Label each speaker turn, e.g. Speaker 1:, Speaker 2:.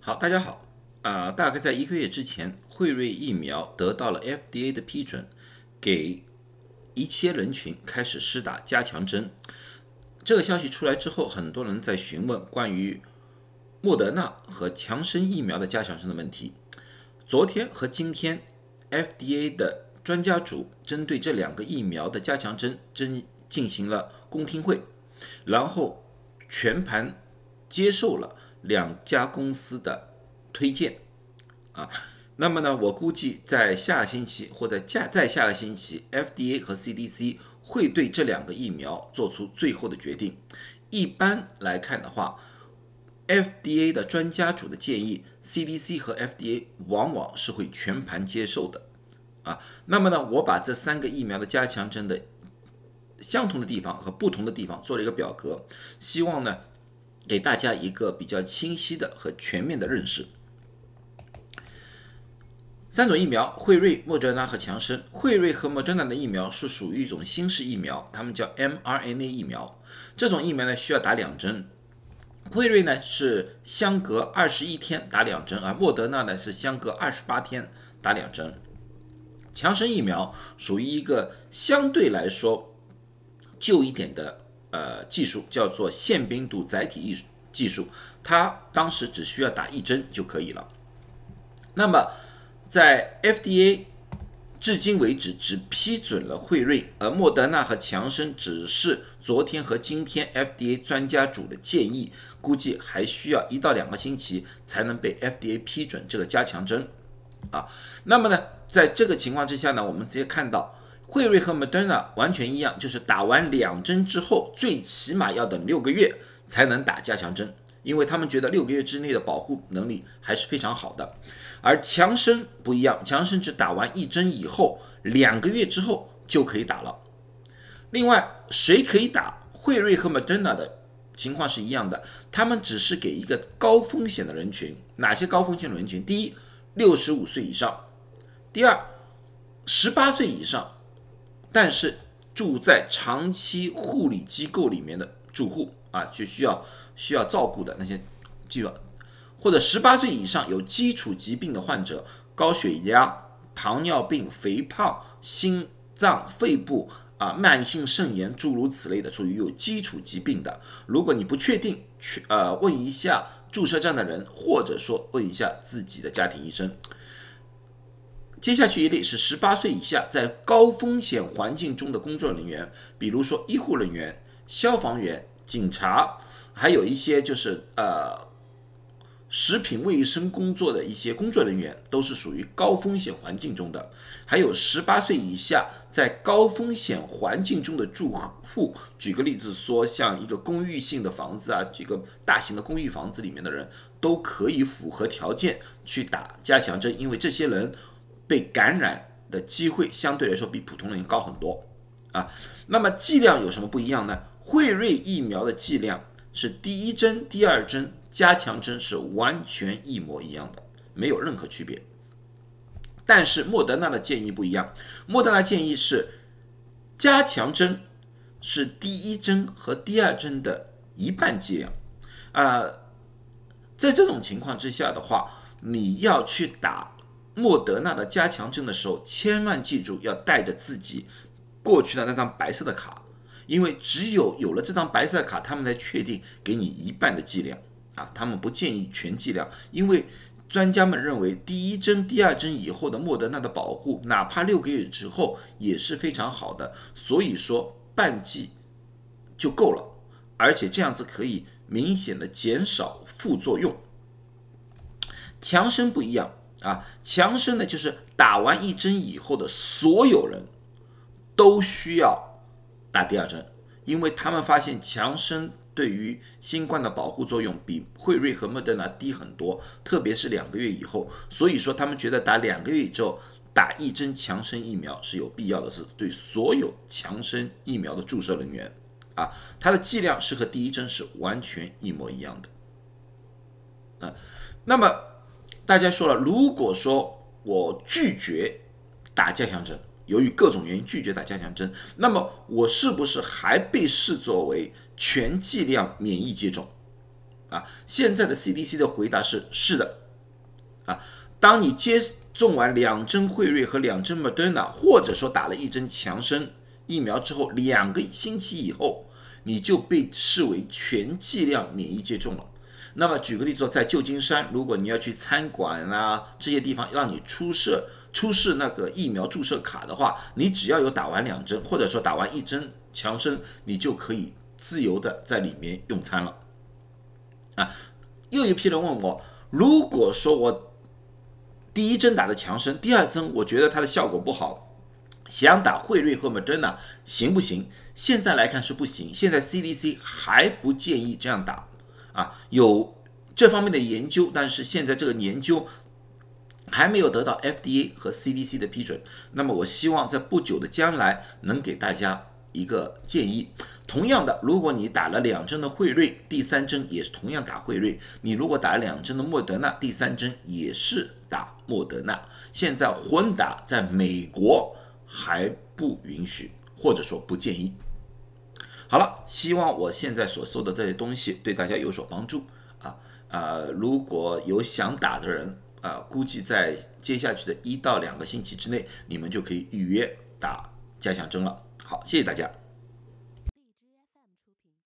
Speaker 1: 好，大家好，大概在1个月之前，辉瑞疫苗得到了 FDA 的批准，给一些人群开始施打加强针。这个消息出来之后，很多人在询问关于莫德纳和强生疫苗的加强针的问题。昨天和今天 ，FDA 的专家组针对这2个疫苗的加强针进行了公听会，然后全盘接受了2家公司的推荐那么呢，我估计在下个星期或者再下个星期 ，FDA 和 CDC 会对这2个疫苗做出最后的决定。一般来看的话，FDA 的专家组的建议 ，CDC 和 FDA 往往是会全盘接受的那么呢，我把这3个疫苗的加强针的相同的地方和不同的地方做了一个表格，希望呢给大家一个比较清晰的和全面的认识。3种疫苗，辉瑞、莫德纳和强生。辉瑞和莫德纳的疫苗是属于一种新式疫苗，它们叫 mRNA 疫苗。这种疫苗呢需要打2针。辉瑞呢是相隔21天打2针，而莫德纳呢是相隔28天打2针。强生疫苗属于一个相对来说旧一点的技术，叫做腺病毒载体技术，它当时只需要打1针就可以了。那么在 FDA 至今为止只批准了辉瑞，而莫德纳和强生只是昨天和今天 FDA 专家组的建议，估计还需要1到2个星期才能被 FDA 批准这个加强针那么呢，在这个情况之下呢，我们直接看到辉瑞和莫德纳完全一样，就是打完2针之后，最起码要等6个月才能打加强针，因为他们觉得6个月之内的保护能力还是非常好的。而强生不一样，强生只打完1针以后，2个月之后就可以打了。另外，谁可以打？辉瑞和莫德纳的情况是一样的，他们只是给一个高风险的人群。哪些高风险的人群？第一，65岁以上；第二，18岁以上，但是住在长期护理机构里面的住户就需要照顾的那些或者18岁以上有基础疾病的患者，高血压、糖尿病、肥胖、心脏、肺部慢性肾炎诸如此类的，属于有基础疾病的。如果你不确定，问一下注射站的人，或者说问一下自己的家庭医生。接下去一类是18岁以下在高风险环境中的工作人员，比如说医护人员、消防员、警察，还有一些就是食品卫生工作的一些工作人员，都是属于高风险环境中的。还有18岁以下在高风险环境中的住户，举个例子说，像一个公寓性的房子这个大型的公寓房子里面的人，都可以符合条件去打加强针，因为这些人被感染的机会相对来说比普通人高很多那么剂量有什么不一样呢？辉瑞疫苗的剂量是第1针、第2针加强针是完全一模一样的，没有任何区别。但是莫德纳的建议不一样，莫德纳建议是加强针是第1针和第2针的1半剂量在这种情况之下的话，你要去打莫德纳的加强针的时候，千万记住要带着自己过去的那张白色的卡，因为只有了这张白色的卡，他们才确定给你1半的剂量他们不建议全剂量，因为专家们认为第1针、第2针以后的莫德纳的保护，哪怕6个月之后也是非常好的，所以说半剂就够了，而且这样子可以明显的减少副作用。强生不一样强生呢就是打完1针以后的所有人都需要打第2针，因为他们发现强生对于新冠的保护作用比辉瑞和莫德纳低很多，特别是2个月以后，所以说他们觉得打2个月之后打1针强生疫苗是有必要的，是对所有强生疫苗的注射人员它的剂量是和第1针是完全一模一样的那么大家说了，如果说我拒绝打加强针，由于各种原因拒绝打加强针，那么我是不是还被视作为全剂量免疫接种现在的 CDC 的回答是的。当你接种完2针辉瑞和2针 Moderna， 或者说打了1针强生疫苗之后，2个星期以后，你就被视为全剂量免疫接种了。那么举个例子说，在旧金山，如果你要去餐馆这些地方让你出示那个疫苗注射卡的话，你只要有打完2针，或者说打完1针强生，你就可以自由的在里面用餐了。又有一批人问我，如果说我第1针打的强生，第2针我觉得它的效果不好，想打辉瑞和 Moderna 行不行？现在来看是不行，现在 CDC 还不建议这样打有这方面的研究，但是现在这个研究还没有得到 FDA 和 CDC 的批准。那么我希望在不久的将来能给大家一个建议。同样的，如果你打了2针的辉瑞，第3针也是同样打辉瑞；你如果打了2针的莫德纳，第3针也是打莫德纳。现在混打在美国还不允许，或者说不建议。好了，希望我现在所说的这些东西对大家有所帮助如果有想打的人估计在接下去的1到2个星期之内，你们就可以预约打加强针了。好，谢谢大家。